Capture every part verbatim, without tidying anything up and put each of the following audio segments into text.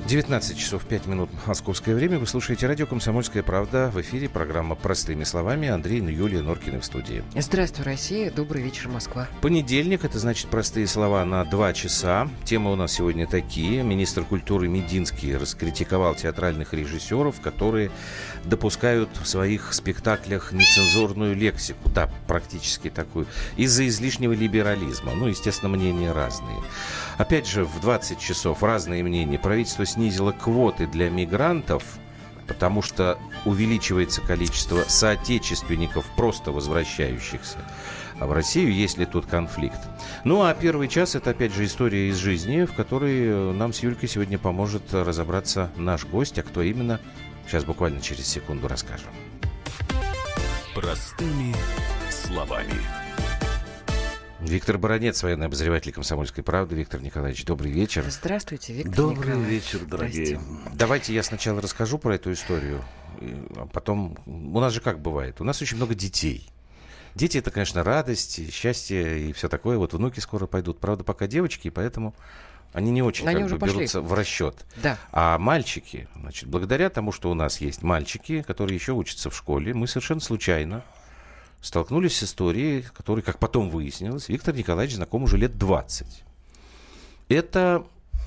девятнадцать часов пять минут московское время. Вы слушаете радио «Комсомольская правда». В эфире программа «Простыми словами». Андрей и Юлия Норкины в студии. Здравствуй, Россия. Добрый вечер, Москва. Понедельник. Это значит «Простые слова» на два часа. Темы у нас сегодня такие. Министр культуры Мединский раскритиковал театральных режиссеров, которые допускают в своих спектаклях нецензурную лексику. Да, практически такую. Из-за излишнего либерализма. Ну, естественно, мнения разные. Опять же, в двадцать часов разные мнения. Правительство снизило квоты для мигрантов, потому что увеличивается количество соотечественников, просто возвращающихся. А в Россию есть ли тут конфликт? Ну, а первый час – это, опять же, история из жизни, в которой нам с Юлькой сегодня поможет разобраться наш гость. А кто именно, сейчас буквально через секунду расскажем. Простыми словами. Виктор Баранец, военный обозреватель «Комсомольской правды». Виктор Николаевич, добрый вечер. Здравствуйте, Виктор Добрый Николаевич. вечер, дорогие. Давайте я сначала расскажу про эту историю, а потом... У нас же как бывает? У нас очень много детей. Дети – это, конечно, радость, счастье и все такое. Вот внуки скоро пойдут. Правда, пока девочки, поэтому они не очень они как бы, берутся в расчет. Да. А мальчики, значит, благодаря тому, что у нас есть мальчики, которые еще учатся в школе, мы совершенно случайно столкнулись с историей, которой, как потом выяснилось, Виктор Николаевич знаком уже лет двадцать. Это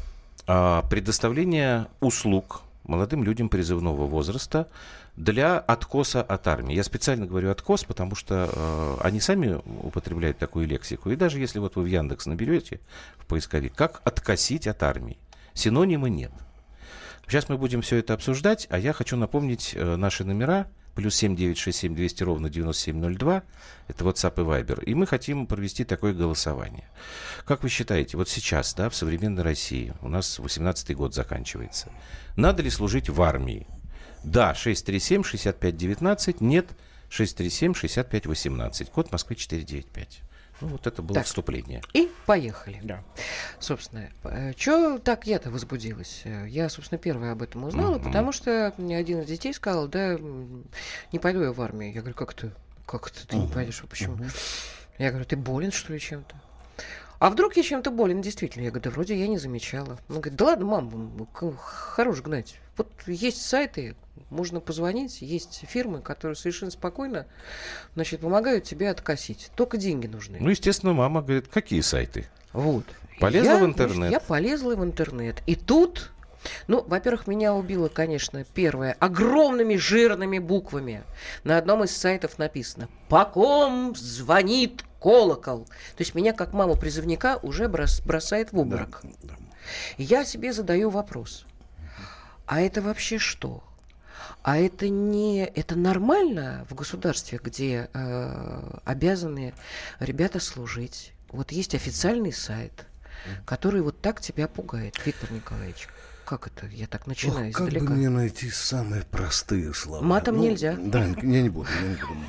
а, предоставление услуг молодым людям призывного возраста для откоса от армии. Я специально говорю откос, потому что э, они сами употребляют такую лексику. И даже если вот вы в Яндекс наберете в поисковик, как откосить от армии, синонима нет. Сейчас мы будем все это обсуждать, а я хочу напомнить э, наши номера. Плюс семь девять шесть семь двести ровно девяносто семь ноль два. Это WhatsApp и Viber. И мы хотим провести такое голосование. Как вы считаете, вот сейчас, да, в современной России, у нас восемнадцатый год заканчивается, надо ли служить в армии? Да, шесть три семь шестьдесят пять девятнадцать. Нет, шесть три семь шестьдесят пять восемнадцать. Код Москвы четыреста девяносто пять. Ну, вот это было так, вступление. И поехали. Да. Собственно, что так я-то возбудилась? Я, собственно, первая об этом узнала, mm-hmm. потому что мне один из детей сказал, да, не пойду я в армию. Я говорю, как ты? Как это ты mm-hmm. не пойдешь? Почему? Mm-hmm. Я говорю, ты болен, что ли, чем-то? А вдруг я чем-то болен, действительно? Я говорю, да вроде я не замечала. Он говорит, да ладно, мам, хорош гнать. Вот есть сайты, можно позвонить, есть фирмы, которые совершенно спокойно, значит, помогают тебе откосить. Только деньги нужны. Ну, естественно, мама говорит, какие сайты? Вот. Полезла я, в интернет? Значит, я полезла в интернет. И тут, ну, во-первых, меня убило, конечно, первое, огромными жирными буквами. На одном из сайтов написано «По ком звонит колокол». То есть меня, как маму призывника, уже брос- бросает в обморок. Да, да. Я себе задаю вопрос. А это вообще что? А это не... Это нормально в государстве, где э, обязаны ребята служить? Вот есть официальный сайт, который вот так тебя пугает, Виктор Николаевич. Как это? Я так начинаю Ох, как издалека. Как бы мне найти самые простые слова? Матом ну, нельзя. Да, я не буду, я не буду.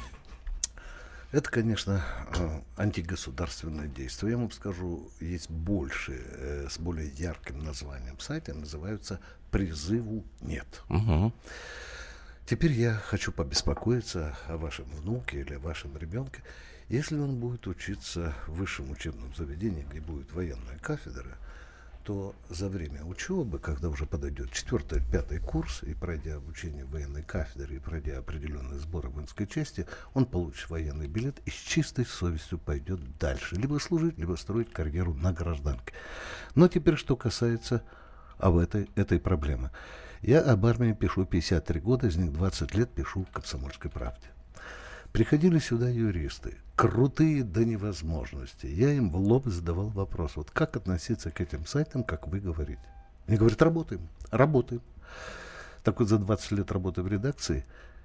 Это, конечно, антигосударственное действие. Я вам скажу, есть больше, э, с более ярким названием сайта, называются «Призыву нет». Угу. Теперь я хочу побеспокоиться о вашем внуке или о вашем ребенке. Если он будет учиться в высшем учебном заведении, где будет военная кафедра, то за время учебы, когда уже подойдет четвертый или пятый курс, и пройдя обучение в военной кафедре, и пройдя определенные сборы в воинской части, он получит военный билет и с чистой совестью пойдет дальше. Либо служить, либо строить карьеру на гражданке. Но теперь, что касается об этой, этой проблемы. Я об армии пишу пятьдесят три года, из них двадцать лет пишу в «Комсомольской правде». Приходили сюда юристы, крутые до невозможности. Я им в лоб задавал вопрос, вот как относиться к этим сайтам, как вы говорите. Они говорят, работаем, работаем. Так вот, за двадцать лет работы в редакции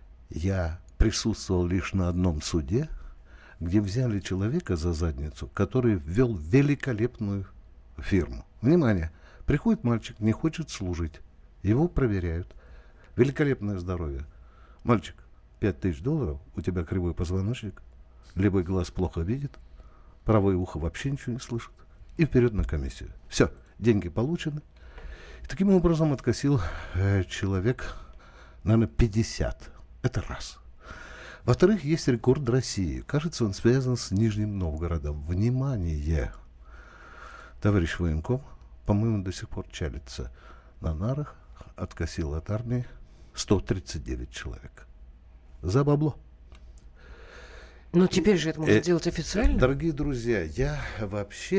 я присутствовал лишь на одном суде, где взяли человека за задницу, который ввел великолепную фирму. Внимание, приходит мальчик, не хочет служить, его проверяют. Великолепное здоровье. Мальчик, пять тысяч долларов, у тебя кривой позвоночник, левый глаз плохо видит, правое ухо вообще ничего не слышит, и вперед на комиссию. Все, деньги получены. И таким образом откосил э, человек, наверное, пятьдесят. Это раз. Во-вторых, есть рекорд России. Кажется, он связан с Нижним Новгородом. Внимание! Товарищ военком, по-моему, до сих пор чалится. на нарах откосил от армии сто тридцать девять человек. За бабло. Но теперь же это можно Э, сделать официально. Дорогие друзья, я вообще,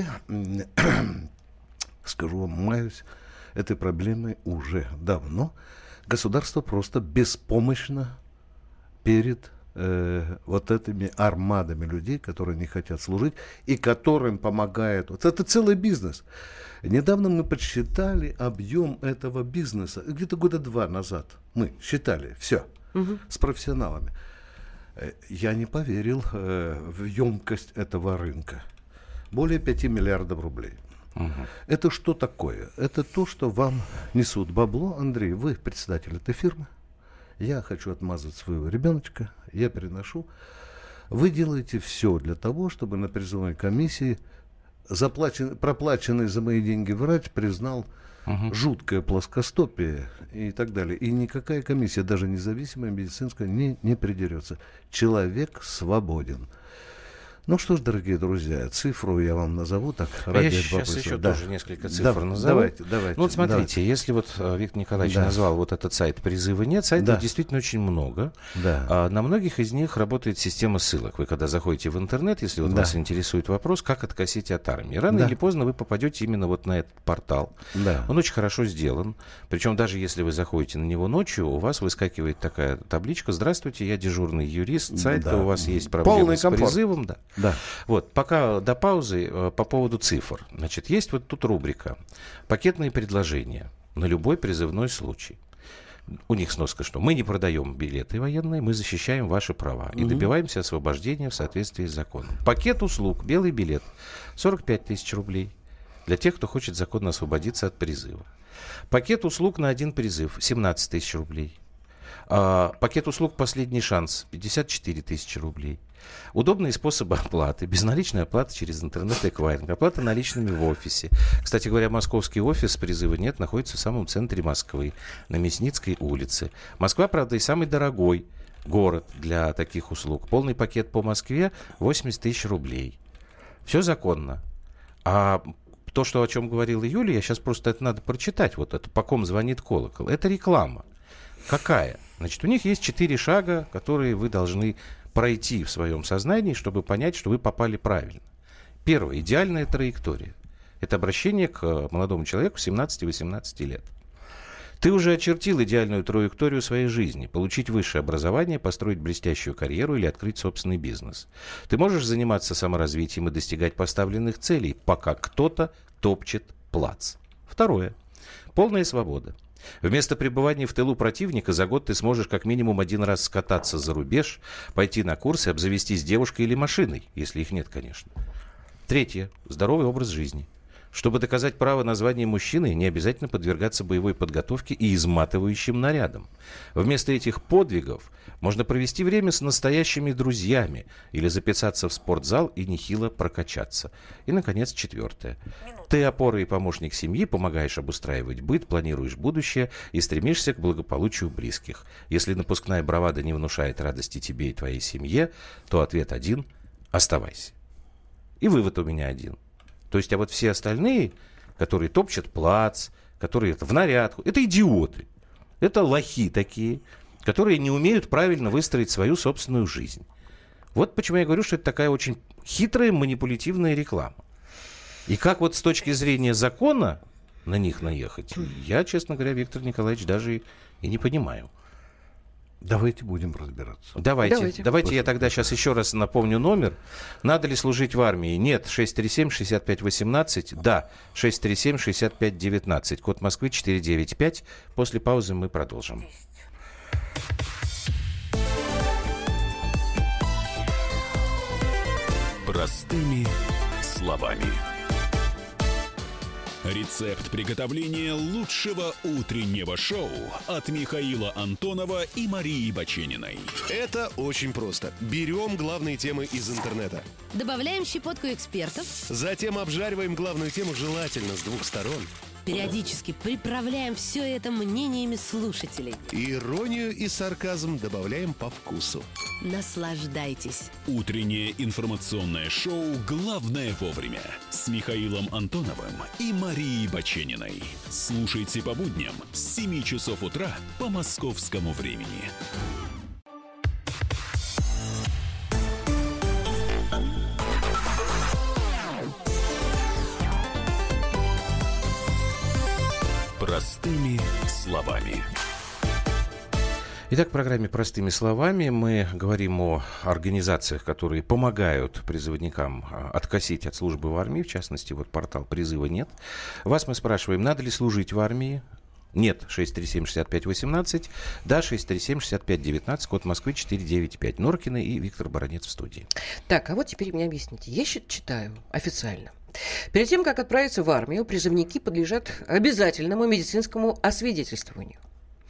скажу вам, маюсь этой проблемой уже давно. Государство просто беспомощно перед э, вот этими армадами людей, которые не хотят служить и которым помогает. Вот это целый бизнес. Недавно мы подсчитали объем этого бизнеса. Где-то года два назад мы считали все угу. с профессионалами. Я не поверил э, в емкость этого рынка. Более пяти миллиардов рублей. Угу. Это что такое? Это то, что вам несут бабло. Андрей, вы председатель этой фирмы. Я хочу отмазать своего ребеночка. Я переношу. Вы делаете все для того, чтобы на призывной комиссии заплачен, проплаченный за мои деньги врач признал угу. жуткое плоскостопие и так далее. И никакая комиссия, даже независимая медицинская, не, не придерется. Человек свободен. Ну что ж, дорогие друзья, цифру я вам назову так. А я сейчас еще да. тоже несколько цифр да, назову. Давайте, давайте. Ну вот смотрите, давайте. если вот Виктор Николаевич да. назвал вот этот сайт «Призыва нет», сайтов да. действительно очень много. Да. А на многих из них работает система ссылок. Вы когда заходите в интернет, если вот да. вас интересует вопрос, как откосить от армии, рано да. или поздно вы попадете именно вот на этот портал. Да. Он очень хорошо сделан. Причем даже если вы заходите на него ночью, у вас выскакивает такая табличка: «Здравствуйте, я дежурный юрист сайта, да. у вас есть проблемы Полный с комфорт. призывом». Да. Да. Вот. Пока до паузы э, по поводу цифр. Значит, есть вот тут рубрика «Пакетные предложения на любой призывной случай». У них сноска, что мы не продаем билеты военные, мы защищаем ваши права и угу. добиваемся освобождения в соответствии с законом. Пакет услуг, белый билет, сорок пять тысяч рублей для тех, кто хочет законно освободиться от призыва. Пакет услуг на один призыв, семнадцать тысяч рублей. А, пакет услуг «Последний шанс», пятьдесят четыре тысячи рублей. Удобные способы оплаты. Безналичная оплата через интернет-эквайринг. Оплата наличными в офисе. Кстати говоря, московский офис «Призыва нет» находится в самом центре Москвы, на Мясницкой улице. Москва, правда, и самый дорогой город для таких услуг. Полный пакет по Москве восемьдесят тысяч рублей. Все законно. А то, что, о чем говорила Юлия, я сейчас просто это надо прочитать. Вот это «По ком звонит колокол». Это реклама. Какая? Значит, у них есть четыре шага, которые вы должны пройти в своем сознании, чтобы понять, что вы попали правильно. Первое. Идеальная траектория. Это обращение к молодому человеку семнадцати-восемнадцати лет. Ты уже очертил идеальную траекторию своей жизни. Получить высшее образование, построить блестящую карьеру или открыть собственный бизнес. Ты можешь заниматься саморазвитием и достигать поставленных целей, пока кто-то топчет плац. Второе. Полная свобода. Вместо пребывания в тылу противника за год ты сможешь как минимум один раз скататься за рубеж, пойти на курсы, обзавестись девушкой или машиной, если их нет, конечно. Третье. Здоровый образ жизни. Чтобы доказать право на звание мужчины, не обязательно подвергаться боевой подготовке и изматывающим нарядам. Вместо этих подвигов можно провести время с настоящими друзьями или записаться в спортзал и нехило прокачаться. И, наконец, четвертое. Ты опора и помощник семьи, помогаешь обустраивать быт, планируешь будущее и стремишься к благополучию близких. Если напускная бравада не внушает радости тебе и твоей семье, то ответ один – оставайся. И вывод у меня один. То есть, а вот все остальные, которые топчат плац, которые в нарядку, это идиоты. Это лохи такие, которые не умеют правильно выстроить свою собственную жизнь. Вот почему я говорю, что это такая очень хитрая манипулятивная реклама. И как вот с точки зрения закона на них наехать, я, честно говоря, Виктор Николаевич, даже и не понимаю. Давайте будем разбираться. Давайте. Давайте, Давайте я тогда После. сейчас еще раз напомню номер. Надо ли служить в армии? Нет. шесть три семь шесть пять один восемь. Да. шесть три семь шесть пять один девять. Код Москвы четыре девять пять. После паузы мы продолжим. Простыми словами. Рецепт приготовления лучшего утреннего шоу от Михаила Антонова и Марии Бачениной. Это очень просто. Берем главные темы из интернета. Добавляем щепотку экспертов. Затем обжариваем главную тему желательно с двух сторон. Периодически приправляем все это мнениями слушателей. Иронию и сарказм добавляем по вкусу. Наслаждайтесь. Утреннее информационное шоу «Главное вовремя» с Михаилом Антоновым и Марией Бачениной. Слушайте по будням с семи часов утра по московскому времени. Простыми словами. Итак, в программе «Простыми словами» мы говорим о организациях, которые помогают призывникам откосить от службы в армии. В частности, вот портал «Призыва нет». Вас мы спрашиваем, надо ли служить в армии? Нет, шесть три семь шестьдесят пять восемнадцать. Да, шесть три семь шестьдесят пять девятнадцать. Код Москвы четыре девять пять. Норкина и Виктор Баранец в студии. Так, а вот теперь мне объясните. Я читаю официально. Перед тем, как отправиться в армию, призывники подлежат обязательному медицинскому освидетельствованию.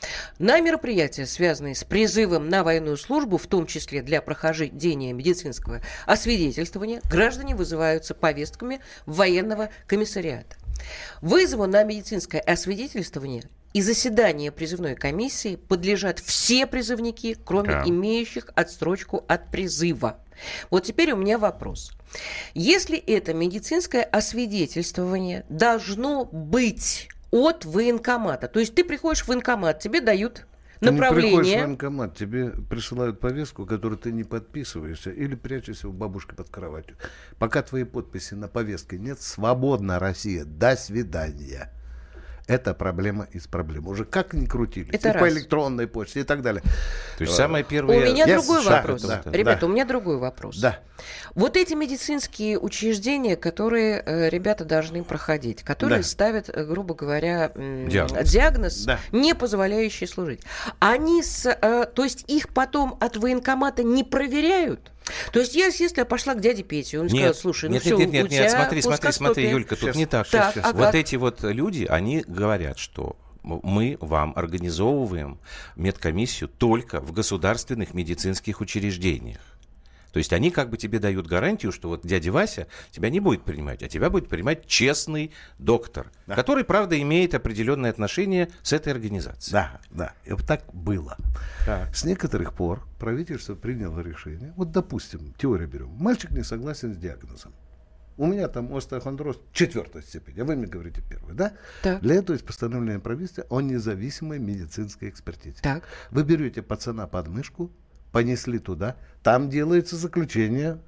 На мероприятия, связанные с призывом на военную службу, в том числе для прохождения медицинского освидетельствования, граждане вызываются повестками военного комиссариата. Вызову на медицинское освидетельствование и заседание призывной комиссии подлежат все призывники, кроме Да. имеющих отсрочку от призыва. Вот теперь у меня вопрос. Если это медицинское освидетельствование должно быть от военкомата, то есть ты приходишь в военкомат, тебе дают Ты не приходишь в направление. военкомат, тебе присылают повестку, которую ты не подписываешься, или прячешься у бабушки под кроватью. Пока твоей подписи на повестке нет, свободна Россия. До свидания. Это проблема из проблем. Уже как ни крутились. Это и по раз. электронной почте и так далее. То есть самое У первое... меня Я другой шаг, вопрос. да, Ребята, да. у меня другой вопрос. Да. Вот эти медицинские учреждения, которые э, ребята должны проходить, которые Да. ставят, э, грубо говоря, м, Диагноз. диагноз, Да. не позволяющий служить, они, с, э, то есть их потом от военкомата не проверяют? То есть я, если я пошла к дяде Пете, он Нет, сказал, слушай, ну нет, все, нет, нет, у нет, тебя смотри, смотри, смотри, плоскостопие. Юлька, тут Сейчас, не так. так, Сейчас, а Вот как? эти вот люди, они говорят, что мы вам организовываем медкомиссию только в государственных медицинских учреждениях. То есть они как бы тебе дают гарантию, что вот дядя Вася тебя не будет принимать, а тебя будет принимать честный доктор, Да. который, правда, имеет определенное отношение с этой организацией. Да, да. И вот так было. Так. С некоторых пор правительство приняло решение. Вот, допустим, теорию берем. Мальчик не согласен с диагнозом. У меня там остеохондроз четвертой степени, а вы мне говорите первой, да? Так. Для этого есть постановление правительства о независимой медицинской экспертизе. Так. Вы берете пацана под мышку, понесли туда, там делается заключение,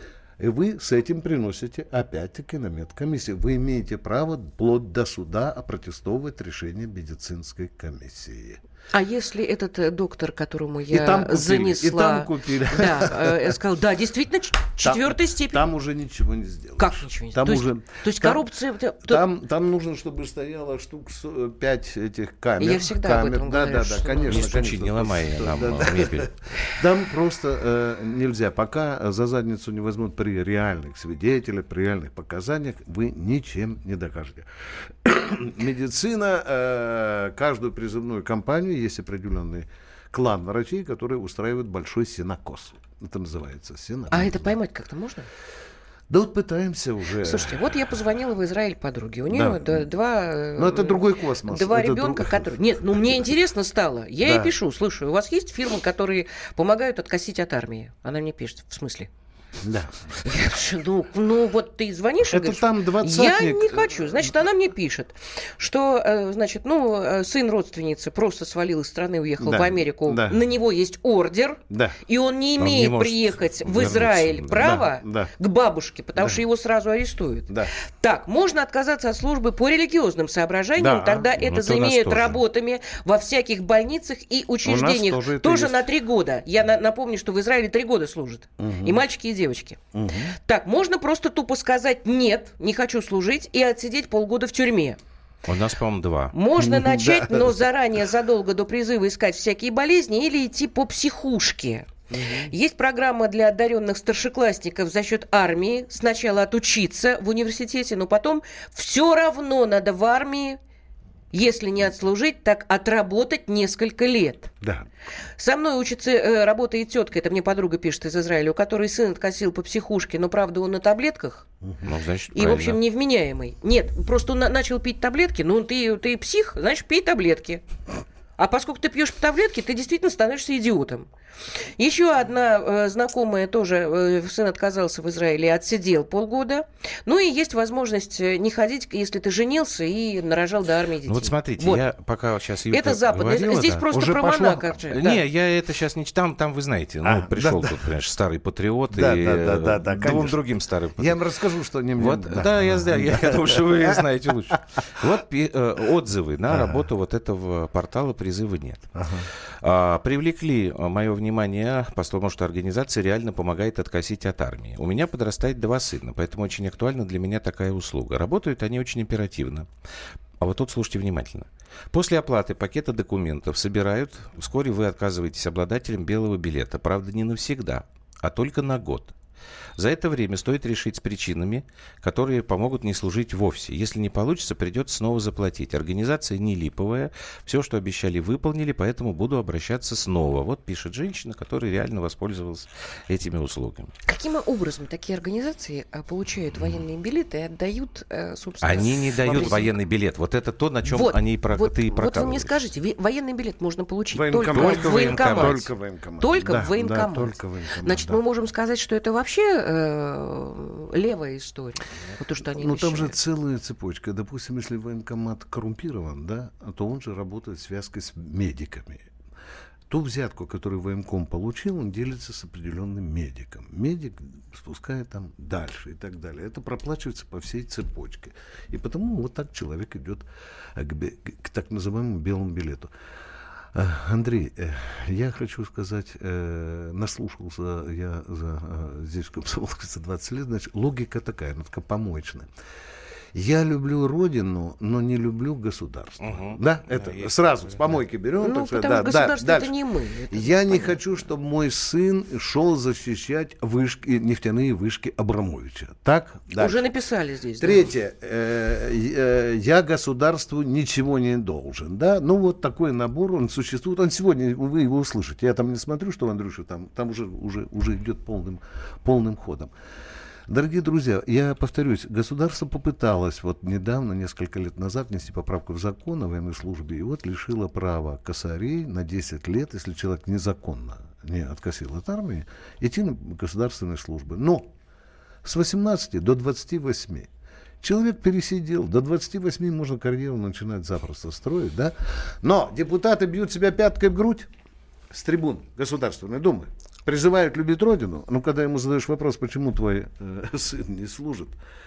и вы с этим приносите опять-таки на медкомиссию. Вы имеете право вплоть до суда опротестовывать решение медицинской комиссии. А если этот э, доктор, которому И я там купили, занесла... и там купили. Да, э, сказал, да, действительно, ч- четвертой Там- степени. Там уже ничего не сделаешь. Как ничего не Там то, есть, уже, то есть там- коррупция... то- Там, там нужно, чтобы стояло штук с- пять этих камер. Я всегда об камер. этом да, говорю, да, что да, конечно. Не стучи, конечно. не ломай Да, нам да, э, да. мебель. Там просто э, нельзя. Пока за задницу не возьмут при реальных свидетелях, при реальных показаниях, вы ничем не докажете. Медицина, э, каждую призывную кампанию есть определенный клан врачей, которые устраивают большой сенокос. Это называется сенокос. А это поймать как-то можно? Да вот пытаемся уже. Слушайте, вот я позвонила в Израиль подруге. У нее Да. два... э, Но это другой космос. Два Это ребенка, друг- которые... Нет, ну мне интересно стало. Я ей Да. пишу, слушай, у вас есть фирмы, которые помогают откосить от армии? Она мне пишет, в смысле? Да. Я говорю, ну, ну вот ты звонишь и Это говоришь, там я двадцатник. не хочу. Значит, она мне пишет, что, э, значит, ну, э, сын родственницы просто свалил из страны, уехал Да, в Америку. да. На него есть ордер, Да. и он не Он не имеет может приехать в вернуться. Израиль Да, права да. к бабушке, потому Да. что его сразу арестуют. Да. Так, можно отказаться от службы по религиозным соображениям, Да. тогда Ну, это это у нас заменяют тоже. работами во всяких больницах и учреждениях. тоже это тоже есть. на три года. Я на- напомню, что в Израиле три года служат. И мальчики, и девочки. Мгм. Так, можно просто тупо сказать «нет, не хочу служить» и отсидеть полгода в тюрьме. У нас, по-моему, два. Можно Да. начать, но заранее, задолго до призыва искать всякие болезни или идти по психушке. Есть программа для одаренных старшеклассников за счет армии. Сначала отучиться в университете, но потом все равно надо в армии Если не отслужить, так отработать несколько лет. Да. Со мной учится, э, работает тетка, это мне подруга пишет из Израиля, у которой сын откосил по психушке, но, правда, он на таблетках. Ну, значит, И, правильно. в общем, невменяемый. Нет, просто он на- начал пить таблетки, ну, ты, ты псих, значит, пей таблетки. А поскольку ты пьешь таблетки, ты действительно становишься идиотом. Еще одна э, знакомая тоже, э, сын отказался в Израиле, отсидел полгода. Ну и есть возможность не ходить, если ты женился и нарожал до армии детей. Ну вот смотрите, Вот. я пока сейчас Юлька Это западное. говорила, Здесь да. просто Уже про пошло? Монако. Да. Не, я это сейчас не читам, там вы знаете, ну, А, пришел да, тут, понимаешь, старый патриот Да, и да, да, да, э, да, двум конечно. другим старым Я патриотам. вам расскажу, что не мне. Вот, да, я знаю, я, я думаю, что вы знаете лучше. Вот пи- э, отзывы на работу вот этого портала «Призыва нет». А, привлекли мое внимание, потому что организация реально помогает откосить от армии. У меня подрастает два сына, поэтому очень актуальна для меня такая услуга. Работают они очень оперативно. А вот тут слушайте внимательно. После оплаты пакета документов собирают, вскоре вы отказываетесь обладателем белого билета. Правда, не навсегда, а только на год. За это время стоит решить с причинами, которые помогут не служить вовсе. Если не получится, придется снова заплатить. Организация не липовая. Все, что обещали, выполнили, поэтому буду обращаться снова. Вот пишет женщина, которая реально воспользовалась этими услугами. Каким образом такие организации а, получают военные билеты и отдают, э, собственно... Они не дают Смотрите. военный билет. Вот это то, на чем Вот, они и про... вот, ты и вот вы мне прокалываешь. скажите, ви- военный билет можно получить Военкомат. только, Только в военкомате. военкомат. Только военкомат. Только Да, в военкомате. да, только военкомат, Значит, да. мы можем сказать, что это вообще э, левая история. Вот то, что они Ну, там же обещают. целая цепочка. Допустим, если военкомат коррумпирован, да, то он же работает связкой с медиками. Ту взятку, которую военком получил, он делится с определенным медиком. Медик спускает там дальше и так далее. Это проплачивается по всей цепочке. И потому вот так человек идет к, бе- к так называемому белому билету. Э, Андрей, э, я хочу сказать, э, наслушался я за, э, здесь в Комсомолке за двадцать лет, значит, логика такая, она такая помоечная. Я люблю родину, но не люблю государство. Мгм. Да, Да, это есть сразу такое, с помойки берем. Ну, так сказать, потому да, что да, государство дальше. это не мы. это Я не понятно. хочу, чтобы мой сын шел защищать вышки, нефтяные вышки Абрамовича. Так? Дальше. Уже написали здесь. да. Третье. Э, э, Я государству ничего не должен. Да? Ну, вот такой набор, он существует. Он сегодня, вы его услышите. Я там не смотрю, что у Андрюши там, там уже, уже, уже идет полным, полным ходом. Дорогие друзья, я повторюсь, государство попыталось вот недавно, несколько лет назад, внести поправку в закон о военной службе, и вот лишило права косарей на десять лет, если человек незаконно не откосил от армии, идти на государственные службы. Но с восемнадцати до двадцати восьми человек пересидел, до двадцати восьми можно карьеру начинать запросто строить, да? Но депутаты бьют себя пяткой в грудь с трибун Государственной Думы, призывают любить Родину, но когда ему задаешь вопрос, почему твой э, сын не служит,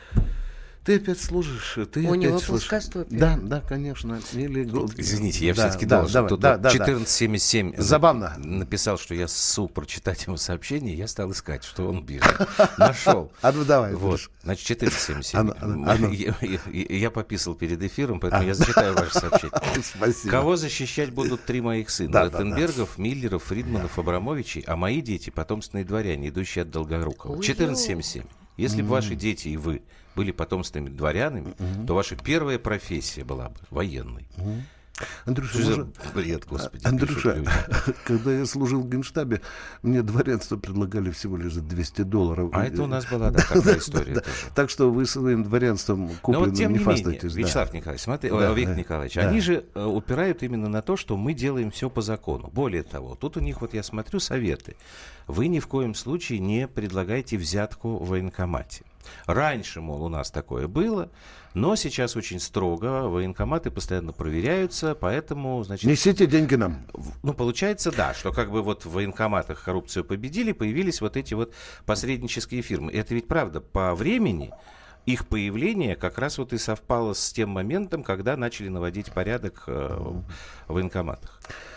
ты опять служишь, ты У опять него служишь. плоскостопие. Да, да, конечно. Или... Извините, я Да, все-таки да, должен. давай, Тут да, вот да, да. четырнадцать семьдесят семь Забавно. написал, что я ссу прочитать ему сообщение, я стал искать, что он пишет. Нашел. А ну давай. Вот, значит, четыреста семьдесят семь. Оно, оно, оно. Я, я- я пописал перед эфиром, поэтому я зачитаю ваше сообщение. Спасибо. Кого защищать будут три моих сына? Да, да, да. Ротенбергов, Миллеров, Фридманов, Абрамовичей, а мои дети — потомственные дворяне, идущие от Долгорукова. Ой-ё. четырнадцать семьдесят семь. Если бы ваши дети и вы были потомственными дворянами, то ваша первая профессия была бы военной. Андрюша, Что за может- бред, господи. Андрюша, пишут люди. когда я служил в Генштабе, мне дворянство предлагали всего лишь за двести долларов. А это у нас была, да, такая история тоже. Так что вы своим дворянством Но купленным вот тем не не менее, фастайтесь. да. Вячеслав Николаевич, смотри, Да, о, Виктор да, Николаевич, да. они же э, упирают именно на то, что мы делаем все по закону. Более того, тут у них, вот я смотрю, советы. Вы ни в коем случае не предлагайте взятку в военкомате. Раньше, мол, у нас такое было, но сейчас очень строго, военкоматы постоянно проверяются, поэтому, значит... Несите деньги нам. Ну, получается, да, что как бы вот в военкоматах коррупцию победили, появились вот эти вот посреднические фирмы. И это ведь правда, по времени их появление как раз вот и совпало с тем моментом, когда начали наводить порядок э, в военкоматах.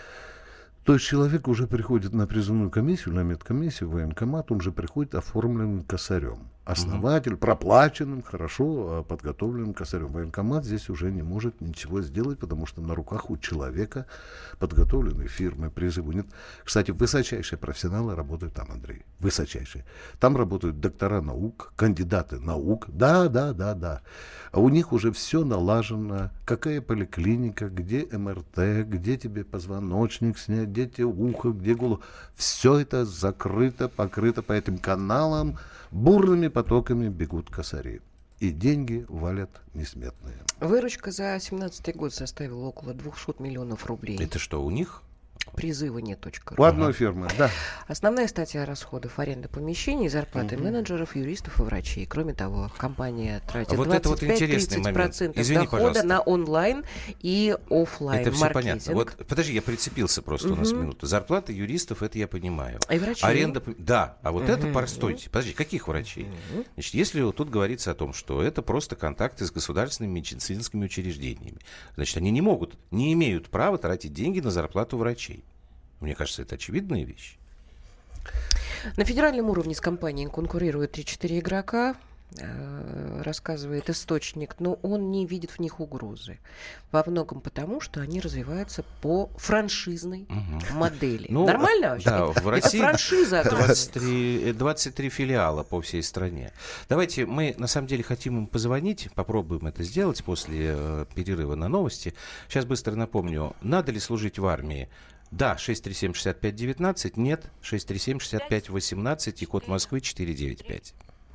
То есть человек уже приходит на призывную комиссию, на медкомиссию, в военкомат, он же приходит оформленным косарем. основатель, проплаченным, хорошо подготовленным косарем. Военкомат здесь уже не может ничего сделать, потому что на руках у человека подготовленной фирмы, призыву нет. Кстати, высочайшие профессионалы работают там, Андрей. Высочайшие. Там работают доктора наук, кандидаты наук. Да, да, да, да. А у них уже все налажено. Какая поликлиника, где эм эр тэ, где тебе позвоночник снять, где тебе ухо, где голову. Все это закрыто, покрыто по этим каналам. Бурными потоками бегут косари. И деньги валят несметные. Выручка за семнадцатый год составила около двухсот миллионов рублей. Это что, у них? Призывы нет. У одной фирмы, да. Основная статья расходов — аренда помещений, зарплаты угу. менеджеров, юристов и врачей. Кроме того, компания тратит а вот двадцать пять - тридцать процентов Извини, дохода пожалуйста. На онлайн и офлайн это маркетинг. Все понятно. Вот, подожди, я прицепился просто угу. у нас минуту. Зарплаты юристов, это я понимаю. И врачей. Аренда, да, а вот угу. это, постойте, подожди, каких врачей? Угу. Значит, если тут говорится о том, что это просто контакты с государственными медицинскими учреждениями, значит, они не могут, не имеют права тратить деньги на зарплату врачей. Мне кажется, это очевидная вещь. На федеральном уровне с компанией конкурируют три-четыре игрока, э, рассказывает источник, но он не видит в них угрозы. Во многом потому, что они развиваются по франшизной угу. модели. Ну, нормально вообще? Да, в России это франшиза. двадцать три, двадцать три филиала по всей стране. Давайте мы, на самом деле, хотим им позвонить, попробуем это сделать после э, перерыва на новости. Сейчас быстро напомню, надо ли служить в армии? Да, шесть три семь шесть пять один девять, нет, шесть три семь шесть пять один восемь и код Москвы четыре девять пять.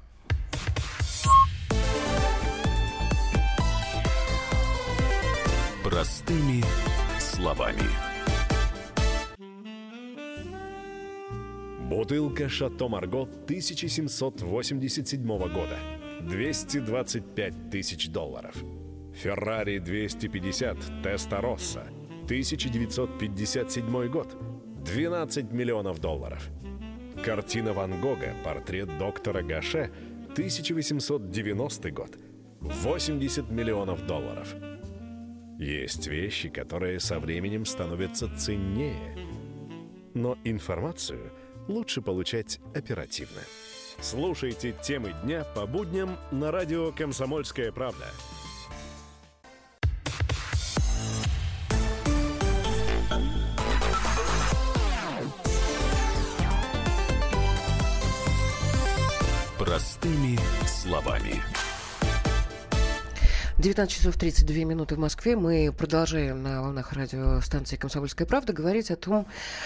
Простыми словами. Бутылка «Шато Марго» тысяча семьсот восемьдесят седьмого года. двести двадцать пять тысяч долларов. «Феррари двести пятьдесят» «Теста-Росса». тысяча девятьсот пятьдесят седьмой год. двенадцать миллионов долларов. Картина Ван Гога «Портрет доктора Гаше». тысяча восемьсот девяностый год. восемьдесят миллионов долларов. Есть вещи, которые со временем становятся ценнее. Но информацию лучше получать оперативно. Слушайте темы дня по будням на радио «Комсомольская правда». Простыми словами. девятнадцать часов тридцать две минуты в Москве. Мы продолжаем на волнах радиостанции «Комсомольская правда» говорить о том,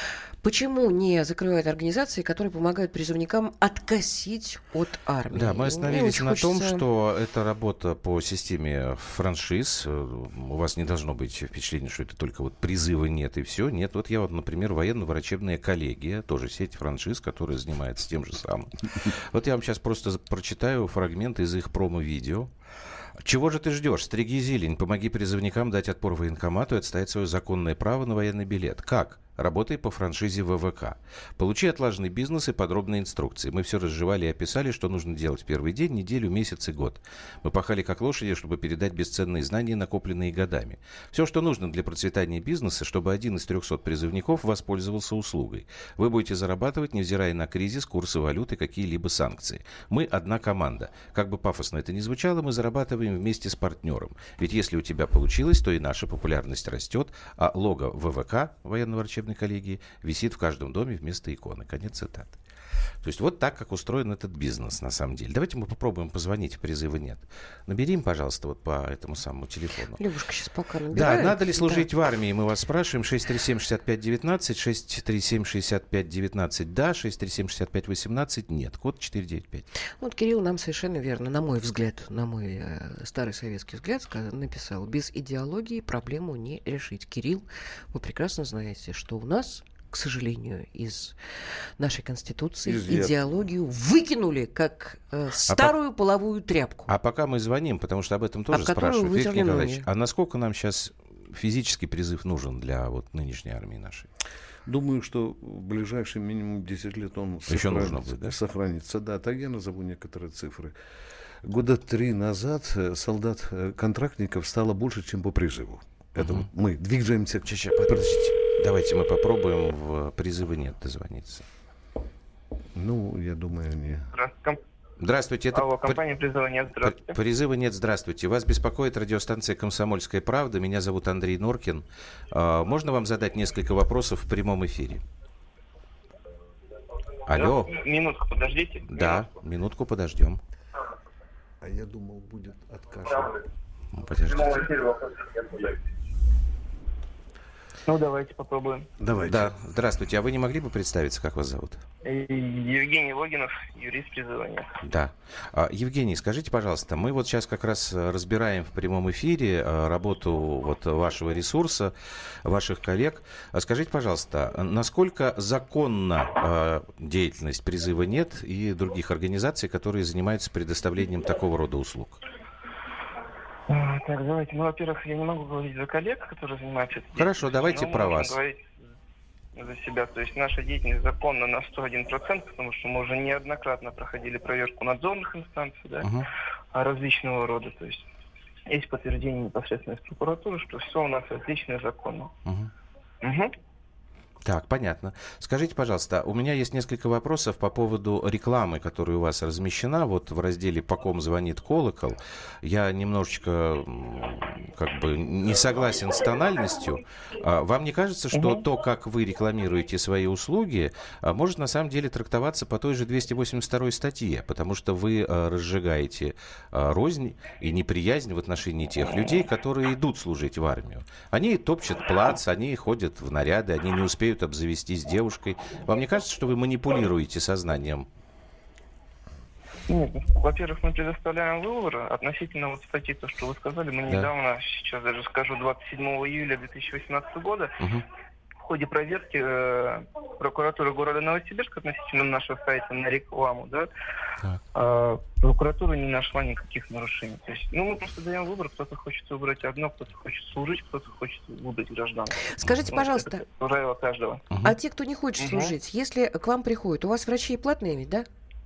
почему не закрывают организации, которые помогают призывникам откосить от армии. Да, мы остановились на хочется... том, что это работа по системе франшиз. У вас не должно быть впечатления, что это только вот призыва нет и все. Нет, вот я вот, например, военно-врачебная коллегия, тоже сеть франшиз, которая занимается тем же самым. Вот я вам сейчас просто прочитаю фрагмент из их промо-видео. Чего же ты ждешь? Стриги зелень, помоги призывникам дать отпор военкомату и отстоять свое законное право на военный билет. Как? Работай по франшизе вэ вэ ка. Получи отлаженный бизнес и подробные инструкции. Мы все разжевали и описали, что нужно делать в первый день, неделю, месяц и год. Мы пахали как лошади, чтобы передать бесценные знания, накопленные годами. Все, что нужно для процветания бизнеса, чтобы один из трехсот призывников воспользовался услугой. Вы будете зарабатывать, невзирая на кризис, курсы валют и какие-либо санкции. Мы одна команда. Как бы пафосно это ни звучало, мы зарабатываем вместе с партнером. Ведь если у тебя получилось, то и наша популярность растет, а лого вэ вэ ка, военно-врачебной коллегии, висит в каждом доме вместо иконы. Конец цитаты. То есть вот так, как устроен этот бизнес на самом деле. Давайте мы попробуем позвонить, призыва нет. Набери им, пожалуйста, вот по этому самому телефону. Левушка сейчас пока набирает. Да, надо ли служить да. в армии, мы вас спрашиваем. шесть три семь шесть пять один девять, шесть три семь шесть пять один девять, да, шесть три семь шесть пять один восемь, нет, код четыре девять пять. Вот Кирилл нам совершенно верно, на мой взгляд, на мой э, старый советский взгляд, сказ- написал: без идеологии проблему не решить. Кирилл, вы прекрасно знаете, что у нас, к сожалению, из нашей Конституции Извет. идеологию выкинули как э, старую а по... половую тряпку. А пока мы звоним, потому что об этом тоже а спрашивают, Виктор Николаевич, а насколько нам сейчас физический призыв нужен для вот нынешней армии нашей? Думаю, что в ближайшие минимум десять лет он Еще нужно будет, да? сохранится. Да, так я назову некоторые цифры. Года три назад солдат-контрактников стало больше, чем по призыву. Это угу. вот мы двигаемся... Ча-ча, подождите. Давайте мы попробуем в призывы нет дозвониться. Ну, я думаю, не... Здравствуйте. Здравствуйте. Это Алло, компания «Призыва нет». Здравствуйте. Призыва нет. Здравствуйте. Вас беспокоит радиостанция «Комсомольская правда». Меня зовут Андрей Норкин. Можно вам задать несколько вопросов в прямом эфире? Алло. Ну, минутку подождите. Да, минутку, минутку подождем. А я думал, будет откашивать. Подождите. Ну, давайте попробуем. Давайте. Да, здравствуйте. А вы не могли бы представиться, как вас зовут? Евгений Логинов, юрист «Призыва нет». Да. А, Евгений, скажите, пожалуйста, мы вот сейчас как раз разбираем в прямом эфире а, работу вот вашего ресурса, ваших коллег. А скажите, пожалуйста, насколько законна а, деятельность «Призыва нет» и других организаций, которые занимаются предоставлением такого рода услуг? Так, давайте. Ну, во-первых, я не могу говорить за коллег, которые занимаются этой Хорошо, давайте про вас. Говорить за себя. То есть наша деятельность законна на сто один процент, потому что мы уже неоднократно проходили проверку надзорных инстанций, да, Угу. различного рода. То есть есть подтверждение непосредственно из прокуратуры, что все у нас отлично и законно. Угу. Угу. Так, понятно. Скажите, пожалуйста, у меня есть несколько вопросов по поводу рекламы, которая у вас размещена вот в разделе «По ком звонит колокол». Я немножечко как бы не согласен с тональностью. Вам не кажется, что угу. то, как вы рекламируете свои услуги, может на самом деле трактоваться по той же двести восемьдесят второй статье, потому что вы разжигаете рознь и неприязнь в отношении тех людей, которые идут служить в армию. Они топчут плац, они ходят в наряды, они не успеют обзавестись девушкой. Вам не кажется, что вы манипулируете сознанием? Нет, во-первых, мы предоставляем выбор относительно вот статьи, то, что вы сказали. Мы да. недавно, сейчас даже скажу, двадцать седьмого июля две тысячи восемнадцатого года угу. в ходе проверки э, прокуратуры города Новосибирска относительно нашего сайта на рекламу, да, э, прокуратура не нашла никаких нарушений. То есть, ну, мы просто даем выбор, кто-то хочет выбрать одно, кто-то хочет служить, кто-то хочет выбрать граждан. Скажите, ну, пожалуйста, это правило каждого. Угу. А те, кто не хочет угу. служить, если к вам приходят, у вас врачи платные ведь, да?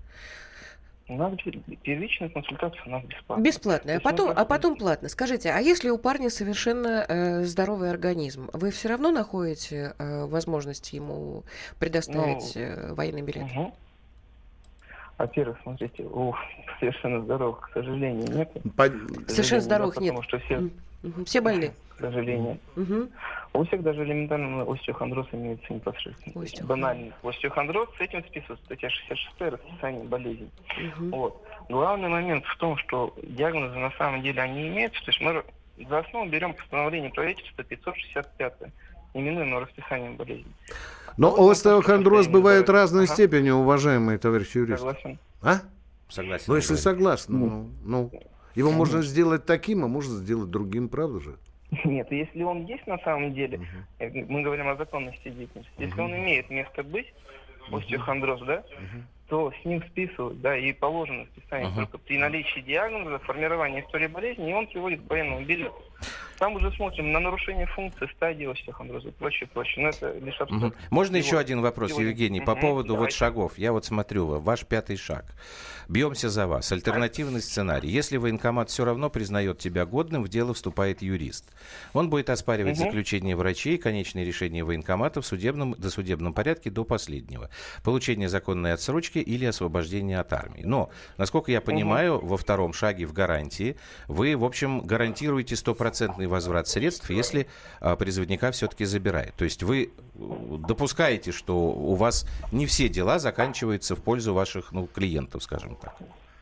У нас первичная консультация у нас бесплатная. Бесплатная, а потом, а потом платно. Скажите, а если у парня совершенно э, здоровый организм, вы все равно находите э, возможность ему предоставить ну, э, военный билет? Угу. Во-первых, смотрите, у совершенно здоровых, к сожалению, нет. По... Совершенно здоровых да, нет. Потому что все... Угу. Все больны. К сожалению. Угу. У всех даже элементарно остеохондроз имеется непосредственно. Остеохондроз. Банальный остеохондроз, с этим списывается статья шестьдесят шесть расписание болезней. Угу. Вот. Главный момент в том, что диагнозы на самом деле они имеются. То есть мы за основу берем постановление правительства пятьсот шестьдесят пятое, именуемое расписанием болезней. Но а остеохондроз вот бывает в разной ага. степени, уважаемый товарищ юрист. Согласен. А? Согласен. Ну, если согласны, ну, ну, его Конечно. можно сделать таким, а можно сделать другим, правда же? Нет, если он есть на самом деле, uh-huh. мы говорим о законности деятельности, uh-huh. если он имеет место быть, остеохондроз, да, uh-huh. то с ним списывают, да, и положено списание uh-huh. только при наличии диагноза, формирования истории болезни, и он приводит к военному билету. Там уже смотрим на нарушение функции, стадии остеохондроза и прочее, прочее. Но это лишь абсурд. Угу. Можно еще один вопрос, Сегодня... Евгений, по угу, поводу давайте. вот шагов. Я вот смотрю, ваш пятый шаг. Бьемся за вас. Альтернативный сценарий. Если военкомат все равно признает тебя годным, в дело вступает юрист. Он будет оспаривать угу. заключение врачей, конечное решение военкомата в судебном, досудебном порядке до последнего. Получение законной отсрочки или освобождение от армии. Но, насколько я понимаю, угу. во втором шаге в гарантии вы, в общем, гарантируете стопроцентный возврат средств, если а, призывника все-таки забирает. То есть вы допускаете, что у вас не все дела заканчиваются в пользу ваших ну, клиентов, скажем так.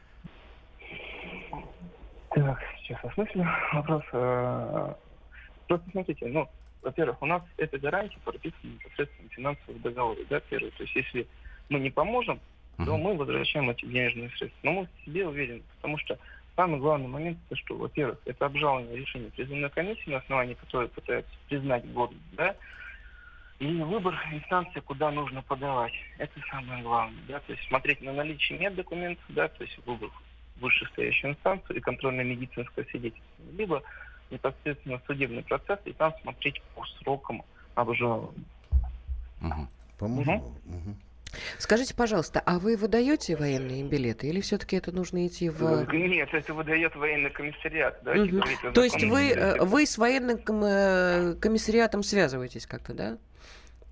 Так, сейчас осмыслю вопрос. Просто смотрите, ну, во-первых, у нас эта гарантия прописана непосредственно в финансовом договоре, да, первый. То есть если мы не поможем, то uh-huh. мы возвращаем эти денежные средства. Но мы в себе уверены, потому что самый главный момент, это что, во-первых, это обжалование решения призывной комиссии, на основании которой пытаются признать годность, да, и выбор инстанции, куда нужно подавать. Это самое главное, да, то есть смотреть на наличие меддокументов, да, то есть выбор в вышестоящую инстанцию и контрольно-медицинское свидетельство, либо непосредственно судебный процесс, и там смотреть по срокам обжалования. Угу. Поможем? Угу. Угу. Скажите, пожалуйста, а вы выдаете военные билеты или все-таки это нужно идти в... Нет, это выдает военный комиссариат. Да, угу. То есть вы, вы с военным комиссариатом связываетесь как-то, да?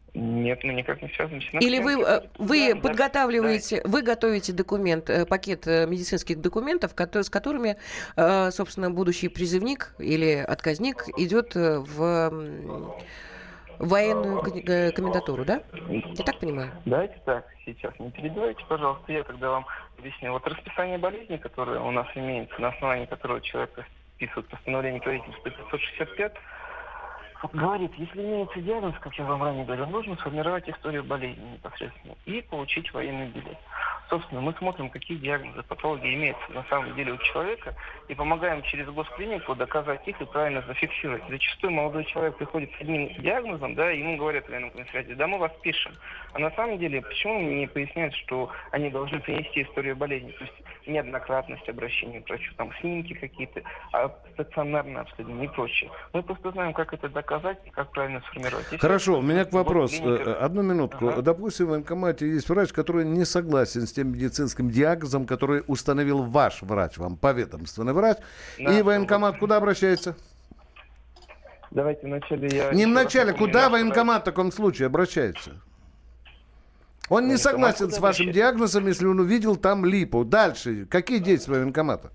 Нет, мы никак не связаны. Или вы, э, вы Да, подготавливаете, вы готовите документ, э, пакет э, медицинских документов, кото- с которыми, э, собственно, будущий призывник или отказник идет э, в м, военную кон- э, комендатуру, да? Я так понимаю? Давайте так, сейчас не перебивайте, пожалуйста, я тогда вам объясню. Вот расписание болезней, которое у нас имеется, на основании которого человек вписывает постановление правительства пятьсот шестьдесят пять, говорит, если имеется диагноз, как я вам ранее говорил, нужно сформировать историю болезни непосредственно и получить военный билет. Собственно, мы смотрим, какие диагнозы, патологии имеются на самом деле у человека и помогаем через госклинику доказать их и правильно зафиксировать. Зачастую молодой человек приходит с одним диагнозом, да, и ему говорят в военном комиссариате, да, мы вас пишем. А на самом деле, почему мне поясняют, что они должны принести историю болезни? То есть неоднократность обращения к врачу, там снимки какие-то, а стационарное обследование и прочее. Мы просто знаем, как это доказать и как правильно сформировать. Если Хорошо, у меня к вопрос. клиника... Одну минутку. Ага. Допустим, в военкомате есть врач, который не согласен с тем медицинским диагнозом, который установил ваш врач, вам поведомственный врач. Да, и военкомат вот. куда обращается? Давайте вначале я... Не еще вначале, раз напомню, куда наш военкомат в таком случае обращается? Он не Военкомат согласен куда с вашим обращается? диагнозом, если он увидел там липу. Дальше. Какие действия военкомата?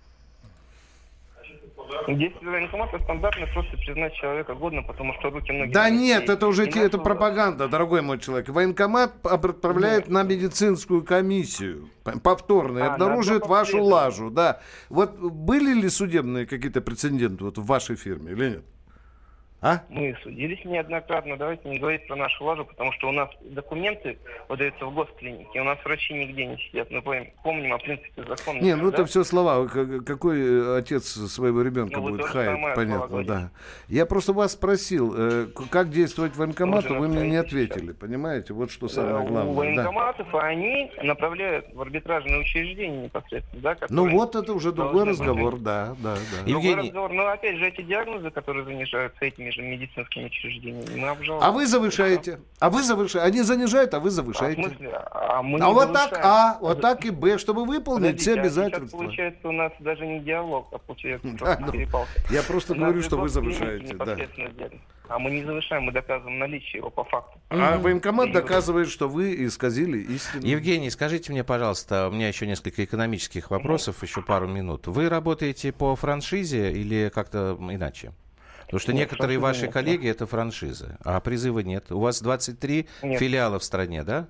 Действие военкомата стандартно просто признать человека годным, потому что руки многие... Да на нет, России. это уже И те- это нашего- пропаганда, дорогой мой человек. Военкомат отправляет на медицинскую комиссию, п- повторно, и А, на обнаруживает одно вашу обследование. лажу. Да. Вот были ли судебные какие-то прецеденты вот в вашей фирме или нет? А? Мы судились неоднократно, давайте не говорить про нашу лажу, потому что у нас документы выдаются в госклинике, у нас врачи нигде не сидят, мы помним, помним о принципе закона. Не, ну да? это все слова. К- Какой э, отец своего ребенка Ну, вы будет тоже хаять, самое слова понятно, говорите. да. Я просто вас спросил, э, к- как действовать военкомату, Уже вы мне не направите ответили, понимаете? Вот что самое Э, У главное. Да. военкоматов они направляют в арбитражные учреждения непосредственно, да, Ну которые вот это уже другой должны разговор, быть. да, да, да. Другой Евгений, разговор. Но опять же, эти диагнозы, которые занижаются этими же медицинскими учреждениями, мы обжалуем. А вы завышаете, а вы завышаете, они занижают, а вы А, в завышаете. смысле? А, мы А не вот так завышаем. А, вот так и Б, чтобы выполнить Подождите, все а сейчас обязательства. получается у нас даже не диалог, а получается Да, просто ну, перепалка. Я просто У нас говорю, что вы любой клиники завышаете, да. непосредственно диагноз. А мы не завышаем, мы доказываем наличие его по факту. А военкомат Период. доказывает, что вы исказили истину. Евгений, скажите мне, пожалуйста, у меня еще несколько экономических вопросов, еще пару минут. Вы работаете по франшизе или как-то иначе? Потому что Нет, некоторые франшизы ваши нет, коллеги это франшизы, а призыва нет. У вас двадцать три Нет. филиала в стране, да?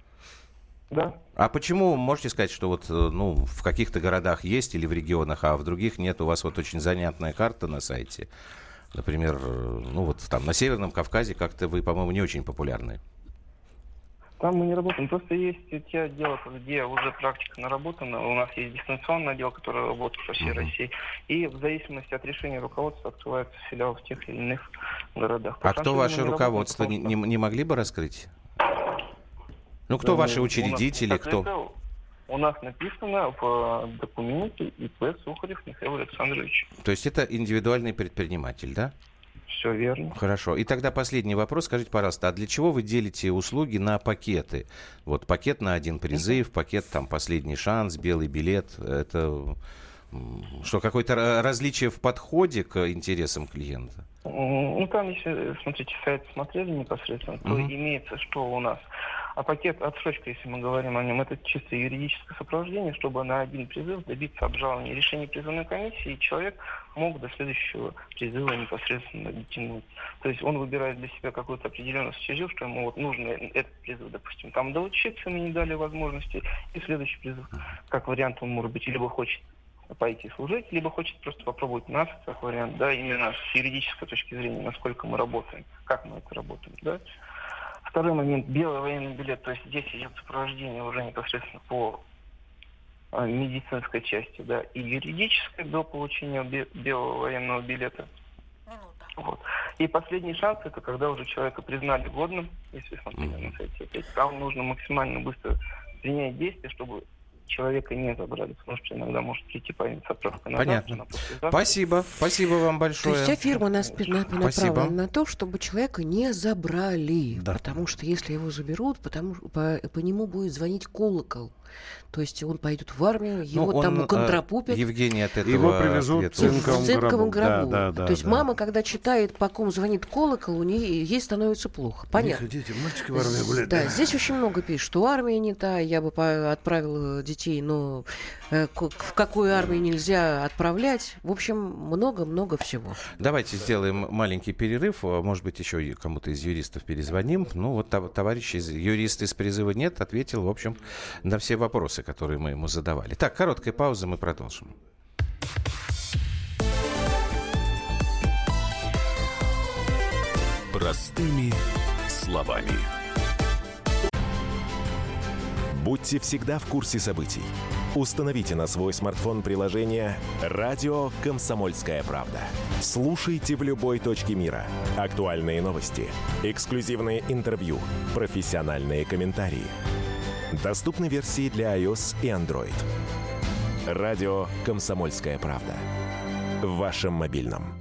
Да. А почему, можете сказать, что вот, э, ну, в каких-то городах есть или в регионах, а в других нет? У вас вот очень занятная карта на сайте. Например, э, ну вот там на Северном Кавказе как-то вы, по-моему, не очень популярны. Там мы не работаем. Просто есть те отделы, где уже практика наработана. У нас есть дистанционный отдел, который работает по всей Мгм. России. И в зависимости от решения руководства открываются филиалы в тех или иных городах. По А кто франшизе ваше мы не руководство? Не, работаем, не- не могли бы раскрыть? Ну, кто потому ваши что у нас учредители, кто? открыто- У нас написано в документе И П Сухарев Михаил Александрович. То есть это индивидуальный предприниматель, да? Все верно. Хорошо. И тогда последний вопрос. Скажите, пожалуйста, а для чего вы делите услуги на пакеты? Вот пакет на один призыв, пакет там «Последний шанс», «Белый билет». Это м, что, какое-то ра- различие в подходе к интересам клиента? Ну, там, если, смотрите, сайт смотрели непосредственно, то Мгм. имеется, что у нас. А пакет отсрочка, если мы говорим о нем, это чисто юридическое сопровождение, чтобы на один призыв добиться обжалования решения призывной комиссии, и человек мог до следующего призыва непосредственно дотянуть. То есть он выбирает для себя какую-то определенную стезю, что ему вот нужно этот призыв, допустим, там доучиться, мы не дали возможности, и следующий призыв, как вариант, он может быть, либо хочет пойти служить, либо хочет просто попробовать нас, как вариант, да, именно с юридической точки зрения, насколько мы работаем, как мы это работаем, да. Второй момент, белый военный билет, то есть здесь идет сопровождение уже непосредственно по а, медицинской части, да, и юридической до получения бе- белого военного билета. Вот. И последний шанс, это когда уже человека признали годным, если смотрели на сайте, опять, там нужно максимально быстро принять действия, чтобы человека не забрали, потому что иногда может прийти появиться отправка на Понятно. завтра, на послезавтра. Спасибо. Спасибо вам То большое. есть вся фирма нас пи- на- Спасибо. направлена на то, чтобы человека не забрали. Да. Потому что если его заберут, потому, по, по нему будет звонить колокол. То есть он пойдет в армию, его Ну, там он, контрапупят. Евгений от этого Его привезут ответа. в цинковом В цинковом гробу. гробу. Да, да, да, То есть да. мама, когда читает, по ком звонит колокол, у нее ей становится плохо. Понятно. Не хотите, мальчики в армию гулять. Да, здесь очень много пишут, что армия не та, я бы по- отправила детей, но э, к- в какую армию нельзя отправлять. В общем, много-много всего. Давайте сделаем маленький перерыв. Может быть, еще и кому-то из юристов перезвоним. Ну, вот тов- товарищ из юрист из призыва «Нет» ответил, в общем, на все вопросы, которые мы ему задавали. Так, короткая пауза, мы продолжим. Простыми словами. Будьте всегда в курсе событий. Установите на свой смартфон приложение «Радио Комсомольская правда». Слушайте в любой точке мира. Актуальные новости, эксклюзивные интервью, профессиональные комментарии. Доступны версии для iOS и Android. «Радио Комсомольская правда». В вашем мобильном.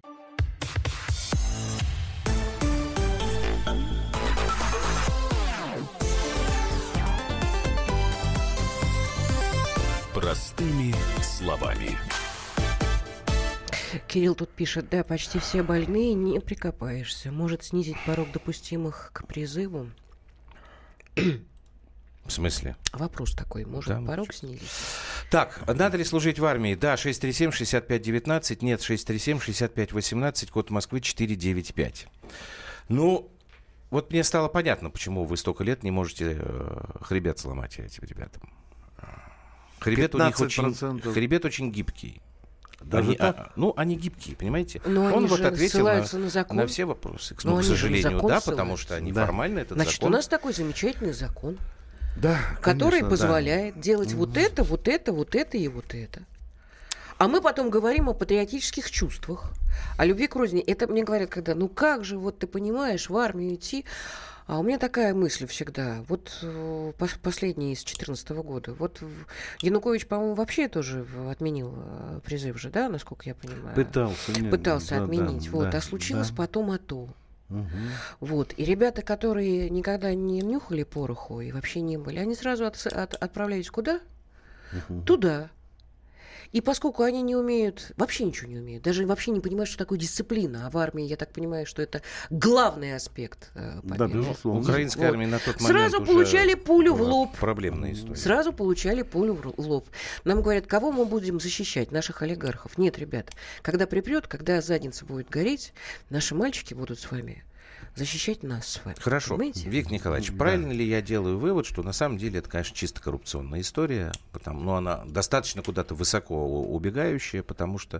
Простыми словами. Кирилл тут пишет, да, почти все больные, не прикопаешься. Может снизить порог допустимых к призыву. В смысле? Вопрос такой, может Да, порог может. снизить? Так, надо ли служить в армии? Да, шесть три семь шестьдесят пять девятнадцать, нет, шесть три семь шестьдесят пять восемнадцать, код Москвы четыре девять пять. Ну, вот мне стало понятно, почему вы столько лет не можете э, хребет сломать этим ребятам. Хребет у них пятнадцать очень, процентов. хребет очень гибкий. Даже Они, так? а, ну, они гибкие, понимаете? Но Он они вот же ответил ссылаются на, на закон. на все вопросы. Но Ну, к они же на сожалению, закон да, ссылаются. потому что они Да. формально этот Значит, закон... у нас такой замечательный закон, Да, который конечно, позволяет делать вот это, вот это, вот это и вот это. А мы потом говорим о патриотических чувствах, о любви к родине. Это мне говорят, когда, ну как же, вот ты понимаешь, в армию идти. А у меня такая мысль всегда. Вот э, пос- последняя из две тысячи четырнадцатого года. Вот в- Янукович, по-моему, вообще тоже в- отменил э, призыв же, да, насколько я понимаю? Пытался. нет, Пытался да, отменить. да, вот. да, а случилось да. потом АТО. Мгм. Вот. И ребята, которые никогда не нюхали пороху и вообще не были, они сразу от- от- отправлялись куда? Мгм. Туда. И поскольку они не умеют, вообще ничего не умеют, даже вообще не понимают, что такое дисциплина, а в армии, я так понимаю, что это главный аспект э, победы. Да, безусловно. Украинская Вот. армия на тот момент Сразу уже получали пулю в была лоб. Проблемная история. Сразу получали пулю в лоб. Нам говорят, кого мы будем защищать? Наших олигархов. Нет, ребят, когда припрет, когда задница будет гореть, наши мальчики будут с вами защищать нас с вами. Хорошо. Понимаете? Виктор Николаевич, Да. правильно ли я делаю вывод, что на самом деле это, конечно, чисто коррупционная история, потому, но она достаточно куда-то высоко у- убегающая, потому что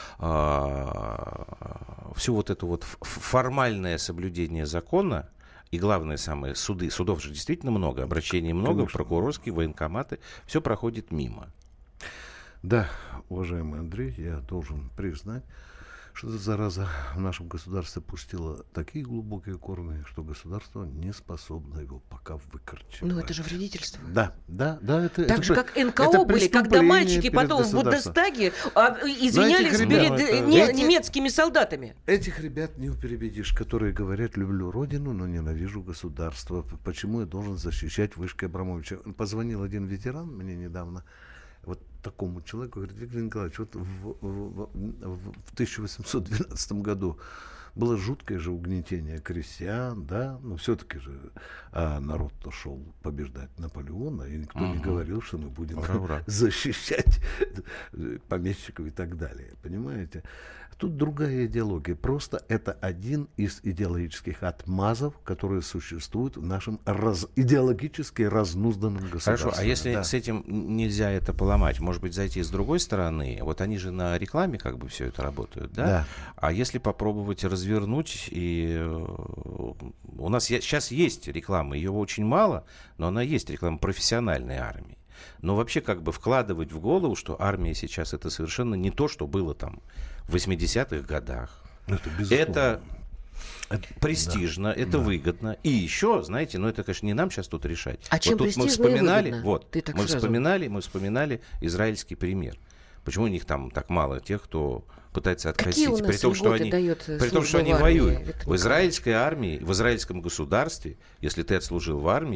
а, все вот это вот ф- формальное соблюдение закона, и главное самое, суды, судов же действительно много, обращений много, Конечно. прокурорские, военкоматы, все проходит мимо. Да, уважаемый Андрей, я должен признать, что эта зараза в нашем государстве пустила такие глубокие корни, что государство не способно его пока выкорчевать. Ну, это же вредительство. Да, да, да. Это, Так это же, пр- как эн ка это о были, когда преступление мальчики перед потом в государством. Бундестаге а, извинялись этих перед ребят, э, это- не- эти- немецкими солдатами. Этих ребят не перебедишь, которые говорят, люблю родину, но ненавижу государство. П- Почему я должен защищать Вышка Абрамовича? Позвонил один ветеран мне недавно, вот такому человеку, говорит, Виктор Николаевич, вот в, в- в- в тысяча восемьсот двенадцатом году было жуткое же угнетение крестьян, да, но все-таки же а народ-то шел побеждать Наполеона, и никто не Мгм. говорил, что мы будем Ура, ура. защищать помещиков и так далее, понимаете? Тут другая идеология. Просто это один из идеологических отмазов, которые существуют в нашем раз- идеологически разнузданном государстве. Хорошо, а если Да. с этим нельзя это поломать, может быть, зайти с другой стороны? Вот они же на рекламе как бы все это работают, да? Да. А если попробовать развернуть, и э, у нас сейчас есть реклама, ее очень мало, но она есть, реклама профессиональной армии. Но вообще как бы вкладывать в голову, что армия сейчас это совершенно не то, что было там в восьмидесятых годах. Это безусловно. Это престижно, это выгодно. И еще, знаете, ну это, конечно, не нам сейчас тут решать. А чем вот тут мы престижно и вспоминали, выгодно? вот, Ты так мы сразу. вспоминали, мы вспоминали израильский пример. Почему у них там так мало тех, кто пытается Какие откосить, у нас при том, что льготы они, дает, э, при том, что служба они в армии, воюют. Виктор В израильской армии, в израильском государстве, если ты отслужил в армии,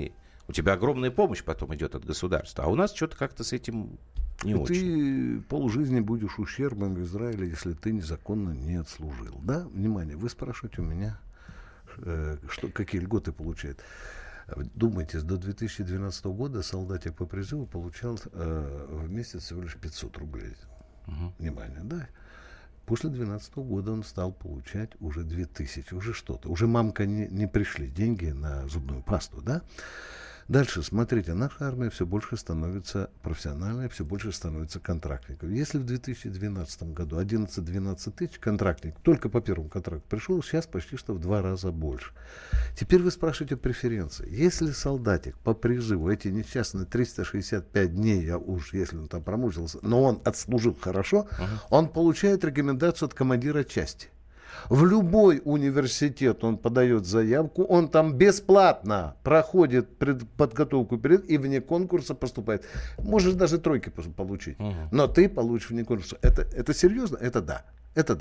У тебя огромная помощь потом идет от государства. А у нас что-то как-то с этим не и очень. Ты полжизни будешь ущербным в Израиле, если ты незаконно не отслужил. Да? Внимание, вы спрашиваете у меня, э, что, какие льготы получает. Думайте, до две тысячи двенадцатого года солдатик по призыву получал э, в месяц всего лишь пятьсот рублей. Угу. Внимание, да? После две тысячи двенадцатого года он стал получать уже две тысячи, уже что-то. Уже мамка не, не пришли деньги на зубную пасту, да? Дальше, смотрите, наша армия все больше становится профессиональной, все больше становится контрактников. Если в две тысячи двенадцатом году одиннадцать-двенадцать тысяч контрактник только по первому контракту пришел, сейчас почти что в два раза больше. Теперь вы спрашиваете преференции. Если солдатик по призыву эти несчастные триста шестьдесят пять дней, а уж если он там промучился, но он отслужил хорошо, uh-huh. он получает рекомендацию от командира части. В любой университет он подает заявку, он там бесплатно проходит подготовку перед и вне конкурса поступает. Можешь даже тройки получить, угу. но ты получишь вне конкурса. Это, это серьезно? Это да. Это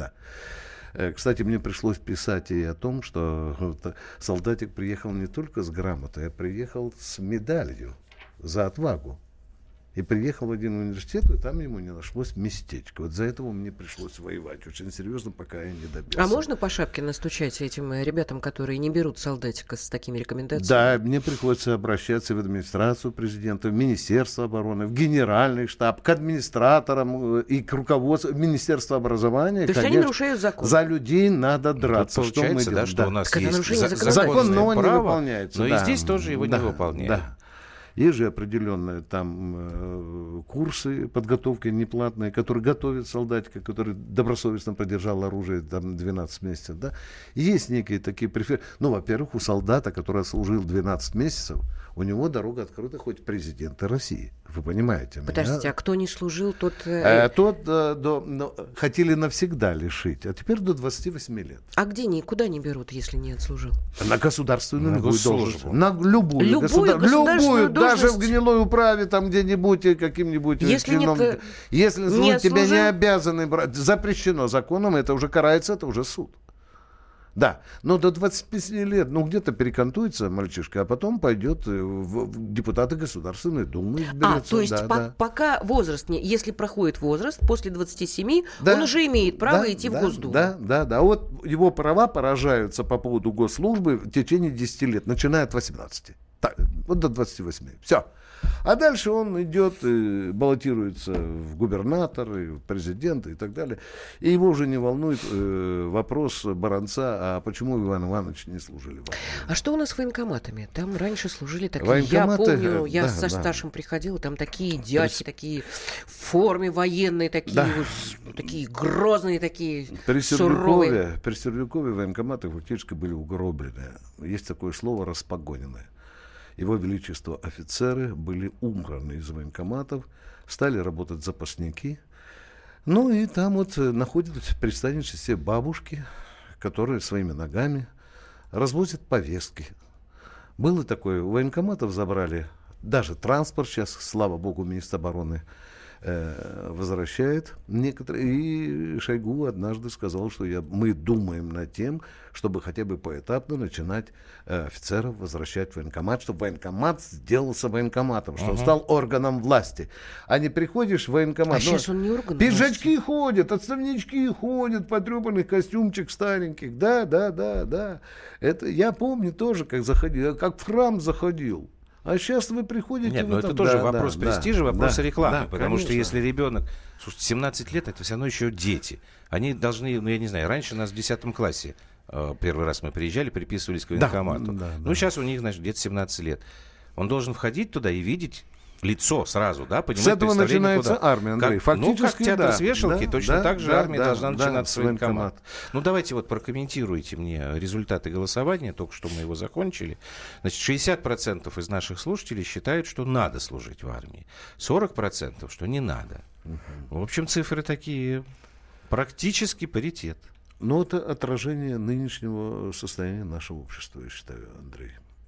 да. Кстати, мне пришлось писать и о том, что солдатик приехал не только с грамотой, а приехал с медалью за отвагу. И приехал в один университет, и там ему не нашлось местечко. Вот за этого мне пришлось воевать очень серьезно, пока я не добился. А можно по шапке настучать этим ребятам, которые не берут солдатика с такими рекомендациями? Да, мне приходится обращаться в администрацию президента, в Министерство обороны, в Генеральный штаб, к администраторам и к руководству Министерства образования. То есть конечно, они нарушают закон? За людей надо драться. Тут получается, что, мы да, что да. у нас так есть за- закон, но он право, не выполняется. Но да. и здесь тоже его да, не выполняют. Да. Есть же определенные там э, курсы подготовки неплатные, которые готовят солдатика, который добросовестно продержал оружие там двенадцать месяцев. Да? И есть некие такие преференции. Ну, во-первых, у солдата, который служил двенадцать месяцев, у него дорога открыта хоть президента России. Вы понимаете меня? Подождите, а кто не служил, тот... Э, тот э, до, ну, хотели навсегда лишить, а теперь до двадцати восьми лет. А где ни, куда не берут, если не отслужил? На государственную на любую должность. На любую. Любую государ... государственную любую должность. Даже в гнилой управе, там где-нибудь, каким-нибудь Если чином... нет, Если не тебя отслужил... не обязаны брать, запрещено законом, это уже карается, это уже суд. Да, но до двадцати пяти лет, ну, где-то перекантуется мальчишка, а потом пойдет в, в депутаты Государственной Думы изберется. А, то есть да, по- да. пока возраст, не, если проходит возраст, после двадцати семи, Да, он уже имеет право да, идти да, в Госдуму. Да, да, да. Вот его права поражаются по поводу госслужбы в течение десяти лет, начиная от восемнадцати. Так, вот до двадцати восьми. Все. А дальше он идет, и баллотируется в губернаторы, в президенты и так далее. И его уже не волнует э, вопрос Баранца, а почему Иван Иванович не служили в армии. А что у нас с военкоматами? Там раньше служили такие, Военкоматы, я помню, я да, со да. старшим приходила, там такие дядьки, такие в форме военной, такие, Да. вот, такие грозные, такие При суровые. Сердюкове, при Сердюкове военкоматы фактически были угроблены. Есть такое слово «распогоненное». Его Величество офицеры были убраны из военкоматов, стали работать запасники. Ну и там вот находят представительницы все бабушки, которые своими ногами развозят повестки. Было такое, у военкоматов забрали даже транспорт, сейчас, слава богу, министр обороны э, возвращает некоторые. И Шойгу однажды сказал, что я, мы думаем над тем, чтобы хотя бы поэтапно начинать э, офицеров возвращать в военкомат, чтобы военкомат сделался военкоматом, что он стал органом власти. А не приходишь в военкомат. А сейчас он не орган Пиджачки ходят, отставнички ходят, потрепанный костюмчик стареньких. Да, да, да, да. Это я помню тоже, как заходил, как в храм заходил. А сейчас вы приходите... Нет, но там, это тоже да, вопрос да, престижа, да, вопрос да, рекламы. да, потому конечно. что если ребенок... Слушайте, семнадцать лет, это все равно еще дети. Они должны, ну я не знаю, раньше нас в десятом классе, э, первый раз мы приезжали, приписывались к военкомату. Да, да, ну да. сейчас у них, значит, где-то семнадцать лет. Он должен входить туда и видеть лицо сразу, да, понимать, С этого представление, начинается куда. армия, Андрей. Как, ну, как Фактически, театр да, с вешалки, да, точно да, так же да, армия да, должна да, начинаться с военкомата. военкомат. Ну, давайте вот прокомментируйте мне результаты голосования, только что мы его закончили. Значит, шестьдесят процентов из наших слушателей считают, что надо служить в армии, сорок процентов, что не надо. Угу. В общем, цифры такие, практически паритет. Но это отражение нынешнего состояния нашего общества, я считаю, Андрей.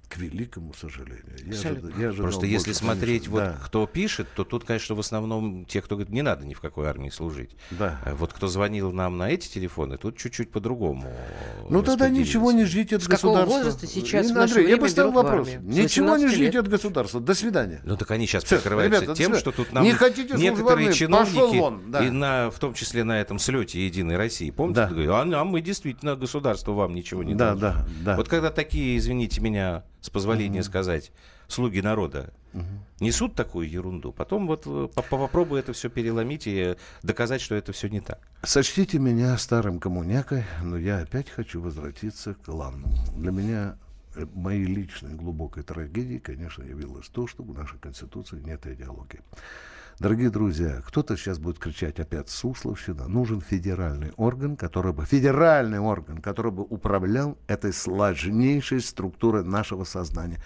К великому сожалению. Я Абсолютно. ожидал- я ожидал Просто если больше, смотреть, конечно. вот Да, кто пишет, то тут, конечно, в основном те, кто говорит, не надо ни в какой армии служить. да. А вот кто звонил нам на эти телефоны, тут чуть-чуть по-другому. Ну тогда распределились. ничего не ждите от С какого государства. возраста сейчас И, в наше Андрей, я время поставил берут в вопрос. армию? С Ничего не восемнадцати ждите лет. от государства. До свидания. Ну так они сейчас Всё, прикрываются ребята, тем, всё. что тут нам Не хотите службы в некоторые армии? чиновники, Пошел вон, да. и на, в том числе на этом слете Единой России, помните, Да. говорят, а, а мы действительно, государство вам ничего не Да, должно. да, да. Вот когда такие, извините меня, с позволения сказать, слуги народа несут такую ерунду, потом вот э, по- попробуй это все переломить и доказать, что это все не так. Сочтите меня старым коммунякой, но я опять хочу возвратиться к главному. Для меня э, моей личной глубокой трагедией, конечно, явилось то, что в нашей Конституции нет идеологии. Дорогие друзья, кто-то сейчас будет кричать опять сусловщина. Нужен федеральный орган, который бы, федеральный орган, который бы управлял этой сложнейшей структурой нашего сознания.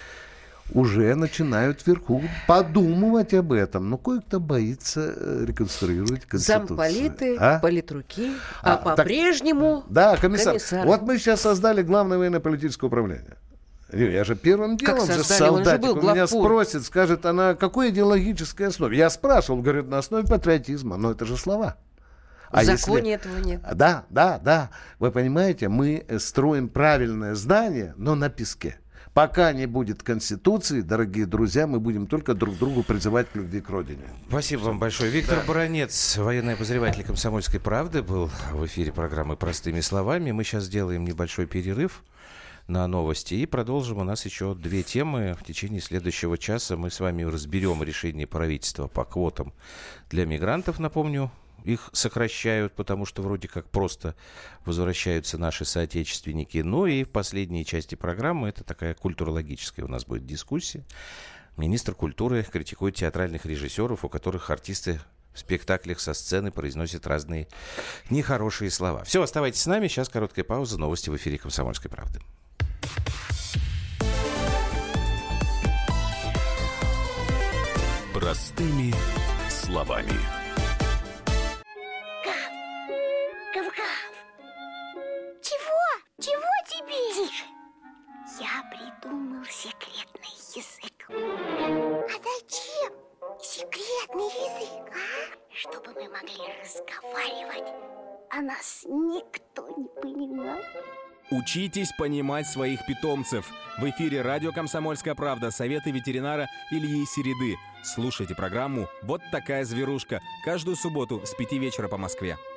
Уже начинают вверху подумывать об этом, но кое-кто боится э, реконструировать Конституцию. Замполиты, А? политруки, а, А, так- по-прежнему Да, комиссар. комиссар. Вот мы сейчас создали Главное военно-политическое управление. Я же первым Как делом же создали? Он же солдатик был у меня главпур. спросит, скажет, а на какой идеологической основе? Я спрашивал, говорит, на основе патриотизма. Но это же слова. в А законе если- этого нет. Да, да, да. Вы понимаете, мы э, строим правильное здание, но на песке. Пока не будет Конституции, дорогие друзья, мы будем только друг другу призывать к любви к родине. Спасибо вам большое. Виктор Баранец, военный обозреватель «Комсомольской правды», был в эфире программы «Простыми словами». Мы сейчас сделаем небольшой перерыв на новости и продолжим. У нас еще две темы. В течение следующего часа мы с вами разберем решение правительства по квотам для мигрантов. Напомню, их сокращают, потому что вроде как просто возвращаются наши соотечественники. Ну и в последней части программы, это такая культурологическая у нас будет дискуссия. Министр культуры критикует театральных режиссеров, у которых артисты в спектаклях со сцены произносят разные нехорошие слова. Все, оставайтесь с нами. Сейчас короткая пауза. Новости в эфире «Комсомольской правды». Простыми словами. Гав-гав! Чего? Чего тебе? Тише! Я придумал секретный язык. А зачем секретный язык, а? Чтобы мы могли разговаривать, а нас никто не понимал. Учитесь понимать своих питомцев. В эфире радио «Комсомольская правда». Советы ветеринара Ильи Середы. Слушайте программу «Вот такая зверушка» каждую субботу с пяти вечера по Москве.